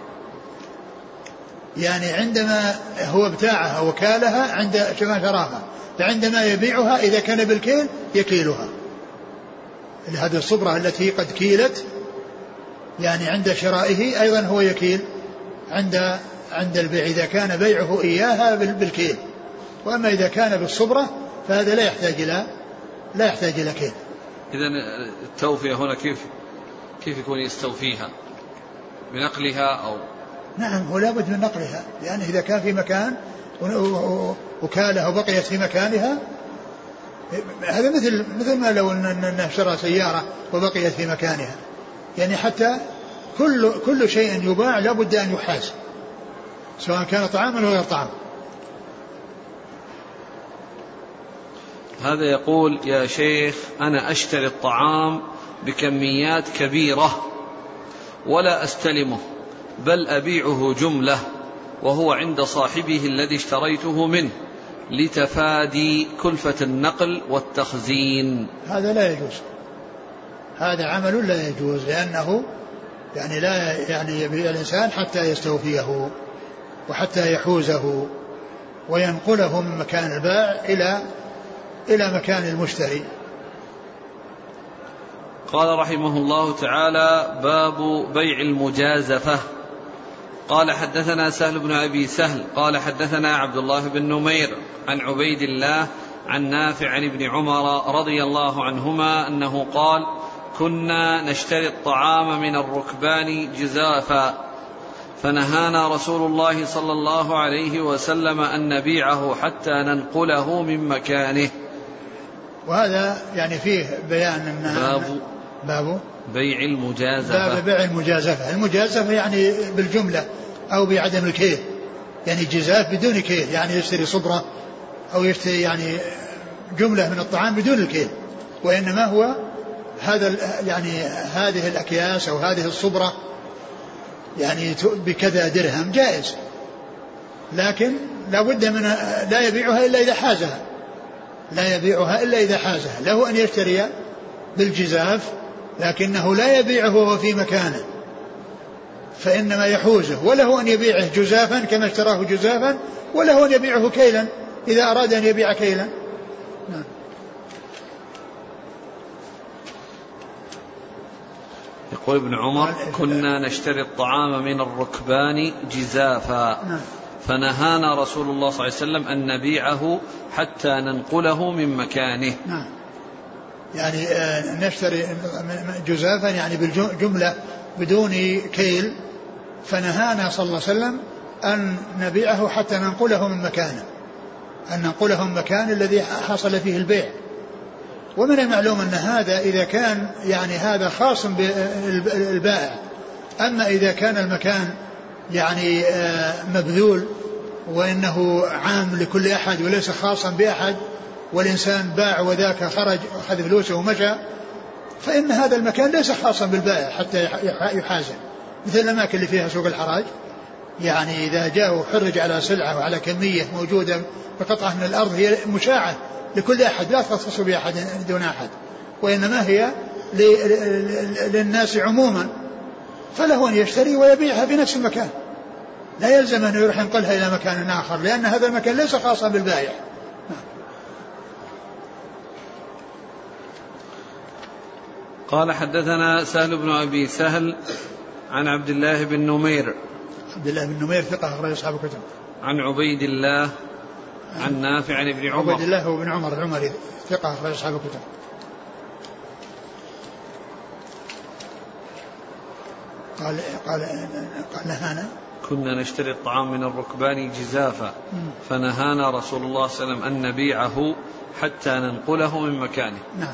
Speaker 2: يعني عندما هو ابتاعها وكالها عند كما شراها، فعندما يبيعها إذا كان بالكيل يكيلها. هذه الصبرة التي قد كيلت يعني عند شرائه أيضا هو يكيل عند البيع إذا كان بيعه إياها بالكيل. وأما إذا كان بالصبرة فهذا لا يحتاج إلى كيل.
Speaker 1: إذن التوفية هنا كيف يكون يستوفيها؟ بنقلها أو؟
Speaker 2: نعم، هو لابد من نقلها، لأن إذا كان في مكان وكالها وبقيت في مكانها، هذا مثل ما لو أنه شرى سيارة وبقيت في مكانها. يعني حتى كل شيء يباع لابد أن يحاز، سواء كان طعاما أو غير طعام.
Speaker 1: هذا يقول يا شيخ أنا أشتري الطعام بكميات كبيرة ولا أستلمه، بل أبيعه جملة وهو عند صاحبه الذي اشتريته منه لتفادي كلفة النقل والتخزين.
Speaker 2: هذا لا يجوز، هذا عمل لا يجوز، لأنه يعني لا يعني يبيع الإنسان حتى يستوفيه وحتى يحوزه وينقله من مكان البائع إلى مكان المشتري.
Speaker 1: قال رحمه الله تعالى باب بيع المجازفة. قال حدثنا سهل بن أبي سهل قال حدثنا عبد الله بن نمير عن عبيد الله عن نافع عن ابن عمر رضي الله عنهما أنه قال كنا نشتري الطعام من الركبان جزافا، فنهانا رسول الله صلى الله عليه وسلم أن نبيعه حتى ننقله من مكانه.
Speaker 2: وهذا يعني فيه بيان باب
Speaker 1: بيع المجازفة.
Speaker 2: باب بيع المجازفة. المجازفة يعني بالجملة أو بعدم الكيل، يعني جزاف بدون كيل، يعني يشتري صبرة أو يشتري يعني جملة من الطعام بدون الكيل، وإنما هو هذا يعني هذه الأكياس أو هذه الصبرة يعني بكذا درهم جائز، لكن لا بد من لا يبيعها إلا إذا حازها، لا يبيعها إلا إذا حازها. له أن يشتري بالجزاف لكنه لا يبيعه وهو في مكانه، فإنما يحوزه، وله أن يبيعه جزافا كما اشتراه جزافا، وله أن يبيعه كيلا إذا أراد أن يبيع كيلا. نعم.
Speaker 1: يقول ابن عمر: كنا نشتري الطعام من الركبان جزافا، فنهانا رسول الله صلى الله عليه وسلم أن نبيعه حتى ننقله من مكانه.
Speaker 2: نعم. يعني نشتري جزافا يعني بالجملة بدون كيل، فنهانا صلى الله عليه وسلم أن نبيعه حتى ننقله من مكانه، أن ننقله من مكان الذي حصل فيه البيع. ومن المعلوم أن هذا إذا كان يعني هذا خاص بالبائع، أما إذا كان المكان يعني مبذول وإنه عام لكل أحد وليس خاصا بأحد، والإنسان باع وذاك خرج أخذ فلوسه ومشى، فإن هذا المكان ليس خاصا بالبائع حتى يحاسب، مثل الأماكن اللي فيها سوق الحراج، يعني إذا جاء وحرج على سلعة وعلى كمية موجودة بقطعة من الأرض هي مشاعة لكل أحد لا تختص بأحد دون أحد، وإنما هي للناس عموما، فله أن يشتري ويبيعها في نفس المكان، لا يلزم أن يروح ينقلها إلى مكان آخر، لأن هذا المكان ليس خاصا بالبائع.
Speaker 1: قال: حدثنا سهل بن أبي سهل عن عبد الله بن نمير.
Speaker 2: عبد الله بن نمير ثقة أخرج أصحاب الكتب.
Speaker 1: عن عبيد الله عن نافع عن ابن عمر.
Speaker 2: عبيد الله بن عمر العمري ثقة أخرج أصحاب الكتب. قال نهانا
Speaker 1: كنا نشتري الطعام من الركبان جزافا، فنهانا رسول الله صلى الله عليه وسلم أن نبيعه حتى ننقله من مكانه.
Speaker 2: نعم.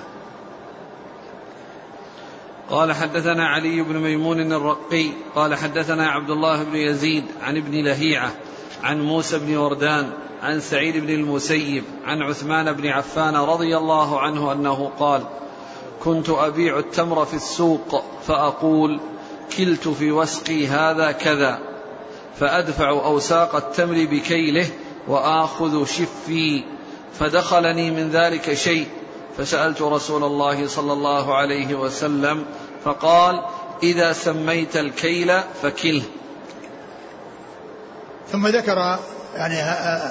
Speaker 1: قال: حدثنا علي بن ميمون الرقي قال: حدثنا عبد الله بن يزيد عن ابن لهيعة عن موسى بن وردان عن سعيد بن المسيب عن عثمان بن عفان رضي الله عنه أنه قال: كنت أبيع التمر في السوق فأقول: كلت في وسقي هذا كذا، فأدفع أوساق التمر بكيله وآخذ شفي، فدخلني من ذلك شيء، فسألت رسول الله صلى الله عليه وسلم فقال: إذا سميت الكيل فكله.
Speaker 2: ثم ذكر يعني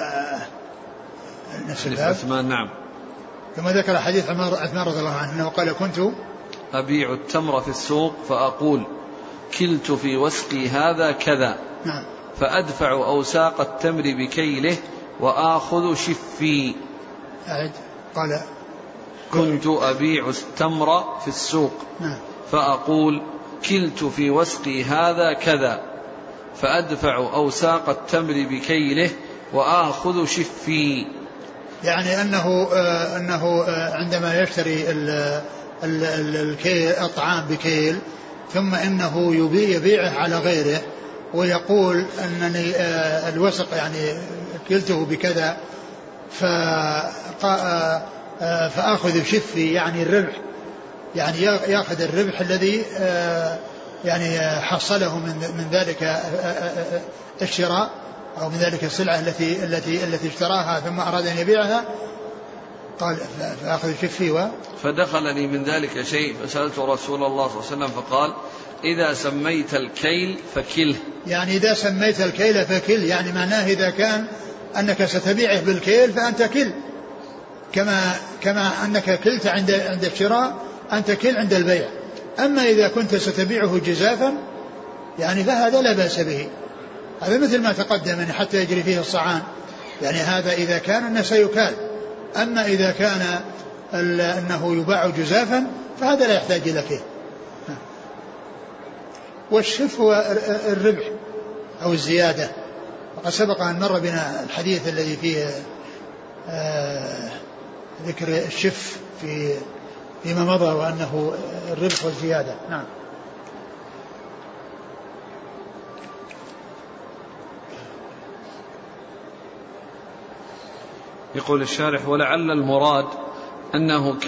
Speaker 1: حديث عثمان. نعم.
Speaker 2: ثم ذكر حديث عثمان رضي الله عنه أنه قال: كنت
Speaker 1: أبيع التمر في السوق فأقول: كلت في وسقي هذا كذا.
Speaker 2: نعم.
Speaker 1: فأدفع أوساق التمر بكيله وآخذ شفي.
Speaker 2: قال:
Speaker 1: كنت أبيع التمر في السوق.
Speaker 2: نعم.
Speaker 1: فأقول: كلت في وسقي هذا كذا، فأدفع أوساق التمر بكيله وآخذ شفي.
Speaker 2: يعني أنه عندما يشتري الطعام بكيل ثم إنه يبيعه على غيره ويقول أنني الوسق يعني كلته بكذا فأخذ شفي، يعني الربح، يعني يأخذ الربح الذي يعني حصله من ذلك الشراء أو من ذلك السلعة التي اشتراها ثم أراد أن يبيعها. قال: فأخذ شفي
Speaker 1: فدخلني من ذلك شيء، فسألت رسول الله صلى الله عليه وسلم فقال: إذا سميت الكيل فكله. يعني
Speaker 2: إذا سميت الكيل فكل، يعني معناه إذا كان أنك ستبيعه بالكيل فأنت كل، كما أنك كلت عند الشراء أنت كل عند البيع. أما إذا كنت ستبيعه جزافا يعني فهذا لا بأس به، هذا مثل ما تقدم يعني حتى يجري فيه الصعان، يعني هذا إذا كان أنه سيكال. أما إذا كان أنه يباع جزافا فهذا لا يحتاج إلى كيل. والشف هو الربح أو الزيادة، وقد سبق أن مر بنا الحديث الذي فيه ذكر الشف فيما مضى وأنه الربح والزيادة. نعم.
Speaker 1: يقول الشارح: ولعل المراد أنه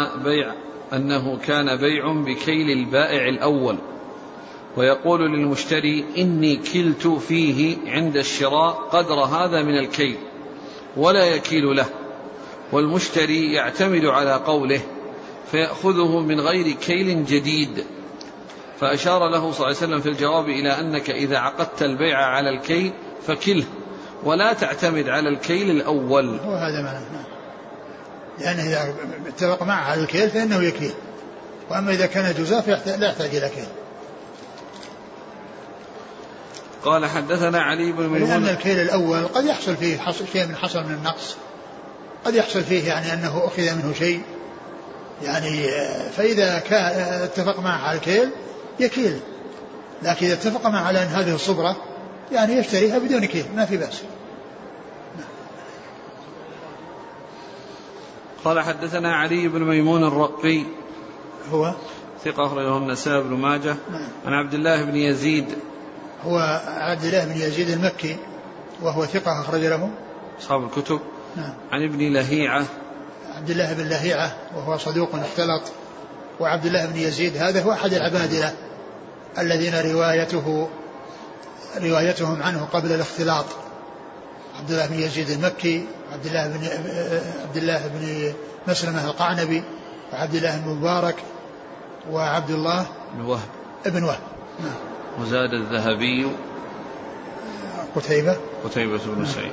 Speaker 1: كان بيع بكيل البائع الأول، ويقول للمشتري: إني كلت فيه عند الشراء قدر هذا من الكيل، ولا يكيل له، والمشتري يعتمد على قوله، فيأخذه من غير كيل جديد، فأشار له صلى الله عليه وسلم في الجواب إلى أنك إذا عقدت البيع على الكيل فكله ولا تعتمد على الكيل الأول.
Speaker 2: وهذا معنى، لأنه إذا اتفق معه على الكيل فإنه يكيل، وأما إذا كان جزاف لا يحتاج إلى كيل.
Speaker 1: قال حدثنا علي بن ميمون.
Speaker 2: لأن الكيل الأول قد يحصل فيه شيء من حصل من النقص، قد يحصل فيه يعني أنه أخذ منه شيء يعني، فإذا اتفق معه على الكيل يكيل، لكن إذا اتفق معه على أن هذه الصبرة يعني يشتريها بدون كيل ما في بأس.
Speaker 1: قال حدثنا علي بن ميمون الرقي
Speaker 2: هو
Speaker 1: ثقة أخرجه النسائي بن ماجه. عن عبد الله بن يزيد
Speaker 2: هو عبد الله بن يزيد المكي وهو ثقة أخرج له
Speaker 1: أصحاب الكتب. عن ابن لهيعة
Speaker 2: عبد الله بن لهيعة وهو صدوق اختلط. وعبد الله بن يزيد هذا هو أحد العبادلة الذين روايتهم عنه قبل الاختلاط. عبد الله بن يزيد المكي، عبد الله بن مسلمة القعنبي، وعبد الله بن مبارك، وعبد الله بن وهب.
Speaker 1: وزاد الذهبي
Speaker 2: قتيبة
Speaker 1: بن سعيد.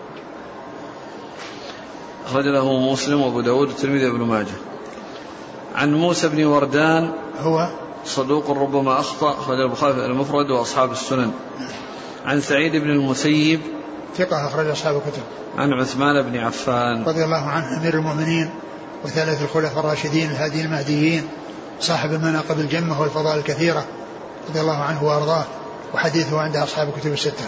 Speaker 1: أخرج له مسلم وأبو داود والترمذي وابن ماجه. عن موسى بن وردان
Speaker 2: هو
Speaker 1: صدوق ربما أخطأ، أخرج البخاري المفرد وأصحاب السنن. عن سعيد بن المسيب
Speaker 2: ثقة أخرج أصحاب الكتب.
Speaker 1: عن عثمان بن عفان
Speaker 2: رضي الله عنه أمير المؤمنين وثالث الخلفاء الراشدين الهادي المهديين صاحب المناقب الجمة والفضائل الكثيرة رضي الله عنه وأرضاه، وحديثه عند أصحاب الكتب الستة.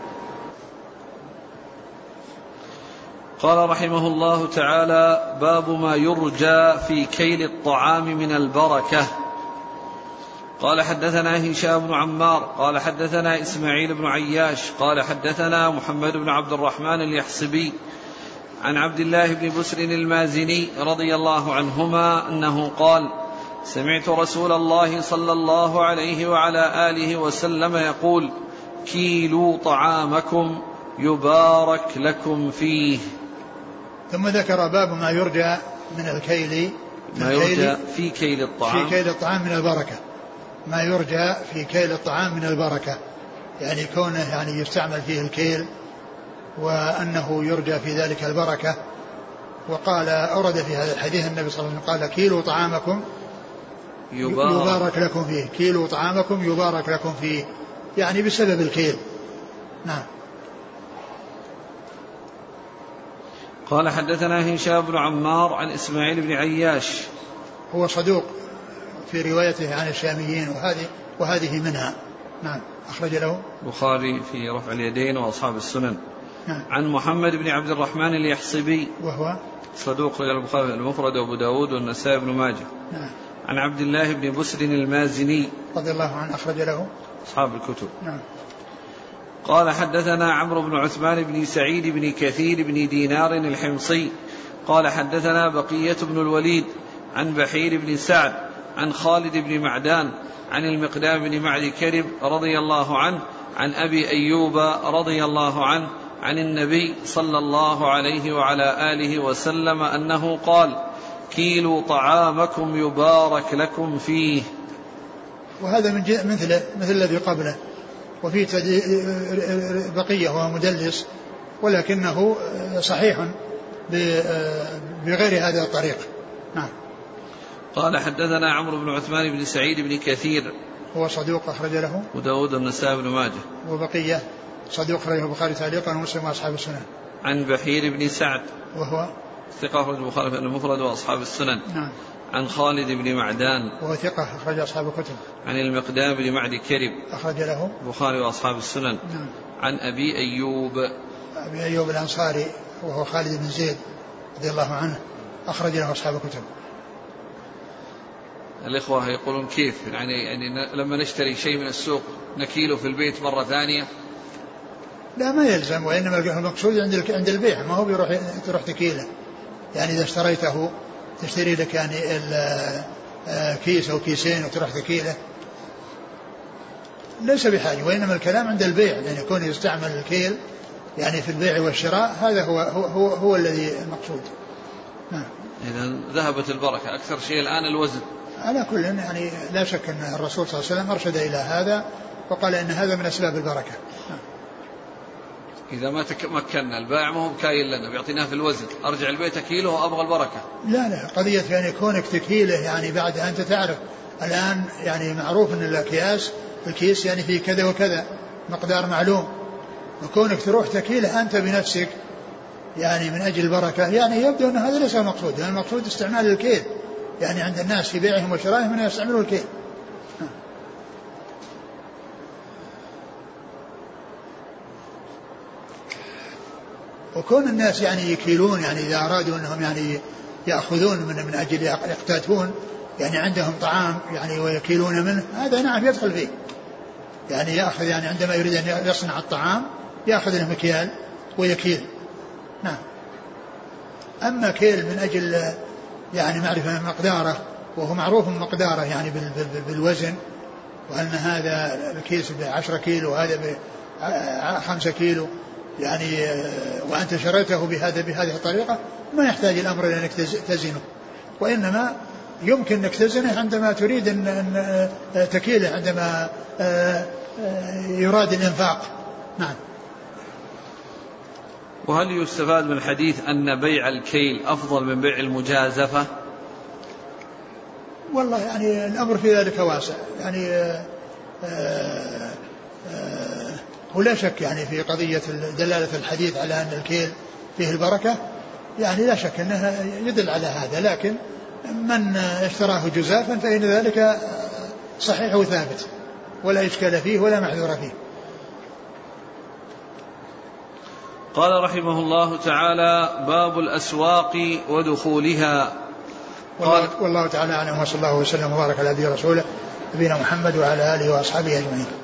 Speaker 1: قال رحمه الله تعالى: باب ما يرجى في كيل الطعام من البركة. قال حدثنا هشام بن عمار قال حدثنا إسماعيل بن عياش قال حدثنا محمد بن عبد الرحمن اليحصبي عن عبد الله بن بسر المازني رضي الله عنهما أنه قال: سمعت رسول الله صلى الله عليه وعلى آله وسلم يقول: كيلوا طعامكم يبارك لكم فيه.
Speaker 2: ثم ذكر باب ما يرجى من الكيل،
Speaker 1: ما يرجى في كيل
Speaker 2: الطعام من البركة، ما يرجى في كيل الطعام من البركة، يعني كونه يعني يستعمل فيه الكيل وأنه يرجى في ذلك البركة. وقال أورد في هذا الحديث النبي صلى الله عليه وسلم قال: كيلوا طعامكم يبارك لكم فيه، كيلوا طعامكم يبارك لكم فيه، يعني بسبب الكيل. نعم.
Speaker 1: قال حدثنا هشام بن عمار عن إسماعيل بن عياش
Speaker 2: هو صدوق في روايته عن الشاميين وهذه منها. نعم. أخرج له
Speaker 1: البخاري في رفع اليدين وأصحاب السنن.
Speaker 2: نعم.
Speaker 1: عن محمد بن عبد الرحمن اليحصبي وهو
Speaker 2: صدوق
Speaker 1: البخاري المفرد وأبو داود والنسائي بن ماجه.
Speaker 2: نعم.
Speaker 1: عن عبد الله بن بسر المازني
Speaker 2: رضي الله عنه أخرج له
Speaker 1: أصحاب الكتب.
Speaker 2: نعم.
Speaker 1: قال حدثنا عمرو بن عثمان بن سعيد بن كثير بن دينار الحمصي قال حدثنا بقية بن الوليد عن بحير بن سعد عن خالد بن معدان عن المقدام بن معد كرب رضي الله عنه عن أبي أيوب رضي الله عنه عن النبي صلى الله عليه وعلى آله وسلم أنه قال: كيلوا طعامكم يبارك لكم فيه.
Speaker 2: وهذا من مثل الذي قبله، وفي بقية وهو مدلس ولكنه صحيح بغير هذا الطريق. نعم.
Speaker 1: قال حدثنا عمرو بن عثمان بن سعيد بن كثير
Speaker 2: هو صدوق أخرج له
Speaker 1: وداود النسائي بن ماجه.
Speaker 2: وبقية صدوق أخرجه البخاري تعليقا ومسلم وأصحاب السنن.
Speaker 1: عن بحير بن سعد
Speaker 2: وهو
Speaker 1: ثقة أخرج البخاري المفرد وأصحاب السنن.
Speaker 2: نعم.
Speaker 1: عن خالد بن معدان
Speaker 2: وهو ثقة أخرج أصحاب الكتب.
Speaker 1: عن المقدام بن معد كرب
Speaker 2: أخرج له
Speaker 1: البخاري وأصحاب السنن.
Speaker 2: نعم.
Speaker 1: عن أبي أيوب
Speaker 2: الأنصاري وهو خالد بن زيد رضي الله عنه أخرج له أصحاب الكتب.
Speaker 1: الإخوة يقولون كيف يعني لما نشتري شيء من السوق نكيله في البيت مرة ثانية؟
Speaker 2: لا، ما يلزم، وإنما المقصود عند البيع، ما هو تروح تكيله. يعني إذا اشتريته تشتري لك يعني كيس أو كيسين وتروح تكيله ليس بحاجة، وإنما الكلام عند البيع، لأن يعني يكون يستعمل الكيل يعني في البيع والشراء، هذا هو الذي المقصود. نعم.
Speaker 1: إذا ذهبت البركة. أكثر شيء الآن الوزن.
Speaker 2: على كل يعني لا شك أن الرسول صلى الله عليه وسلم أرشد إلى هذا وقال إن هذا من أسباب البركة.
Speaker 1: إذا ما تمكنا البائع ما هو بكاين لنا بيعطيناه في الوزن، أرجع البيت أكيله وأبغى البركة.
Speaker 2: لا قضية يعني كونك تكيله يعني بعد أنت تعرف الآن يعني معروف أن الأكياس الكيس يعني فيه كذا وكذا مقدار معلوم، وكونك تروح تكيله أنت بنفسك يعني من أجل البركة يعني يبدو أن هذا ليس المقصود، يعني المقصود استعمال الكيل يعني عند الناس في بيعهم وشرائهم من يستعملوا الكيل. وكون الناس يعني يكيلون يعني إذا أرادوا أنهم يعني يأخذون من أجل يقتاتون يعني عندهم طعام يعني ويكيلون منه، هذا نعم يدخل فيه، يعني يأخذ يعني عندما يريد أن يصنع الطعام يأخذ له مكيال ويكيل. نعم. أما كيل من أجل يعني معرفة مقداره وهو معروف مقداره يعني بالوزن، وأن هذا الكيس ب10 كيلو وهذا ب5 كيلو يعني وأنت شريته بهذه الطريقة، ما يحتاج الأمر إلى أنك تزنه، وإنما يمكن أنك تزنه عندما تريد أن تكيله عندما يراد الإنفاق. نعم.
Speaker 1: وهل يستفاد من الحديث أن بيع الكيل أفضل من بيع المجازفة؟
Speaker 2: والله يعني الأمر في ذلك واسع، يعني ولا شك يعني في قضية دلالة الحديث على أن الكيل فيه البركة، يعني لا شك أنها يدل على هذا، لكن من اشتراه جزافا فإن ذلك صحيح وثابت ولا إشكال فيه ولا معذور فيه.
Speaker 1: قال رحمه الله تعالى: باب الأسواق ودخولها.
Speaker 2: والله تعالى أعلم، وصلى الله وسلم وبارك على نبينا ورسوله نبينا محمد وعلى آله وأصحابه أجمعين.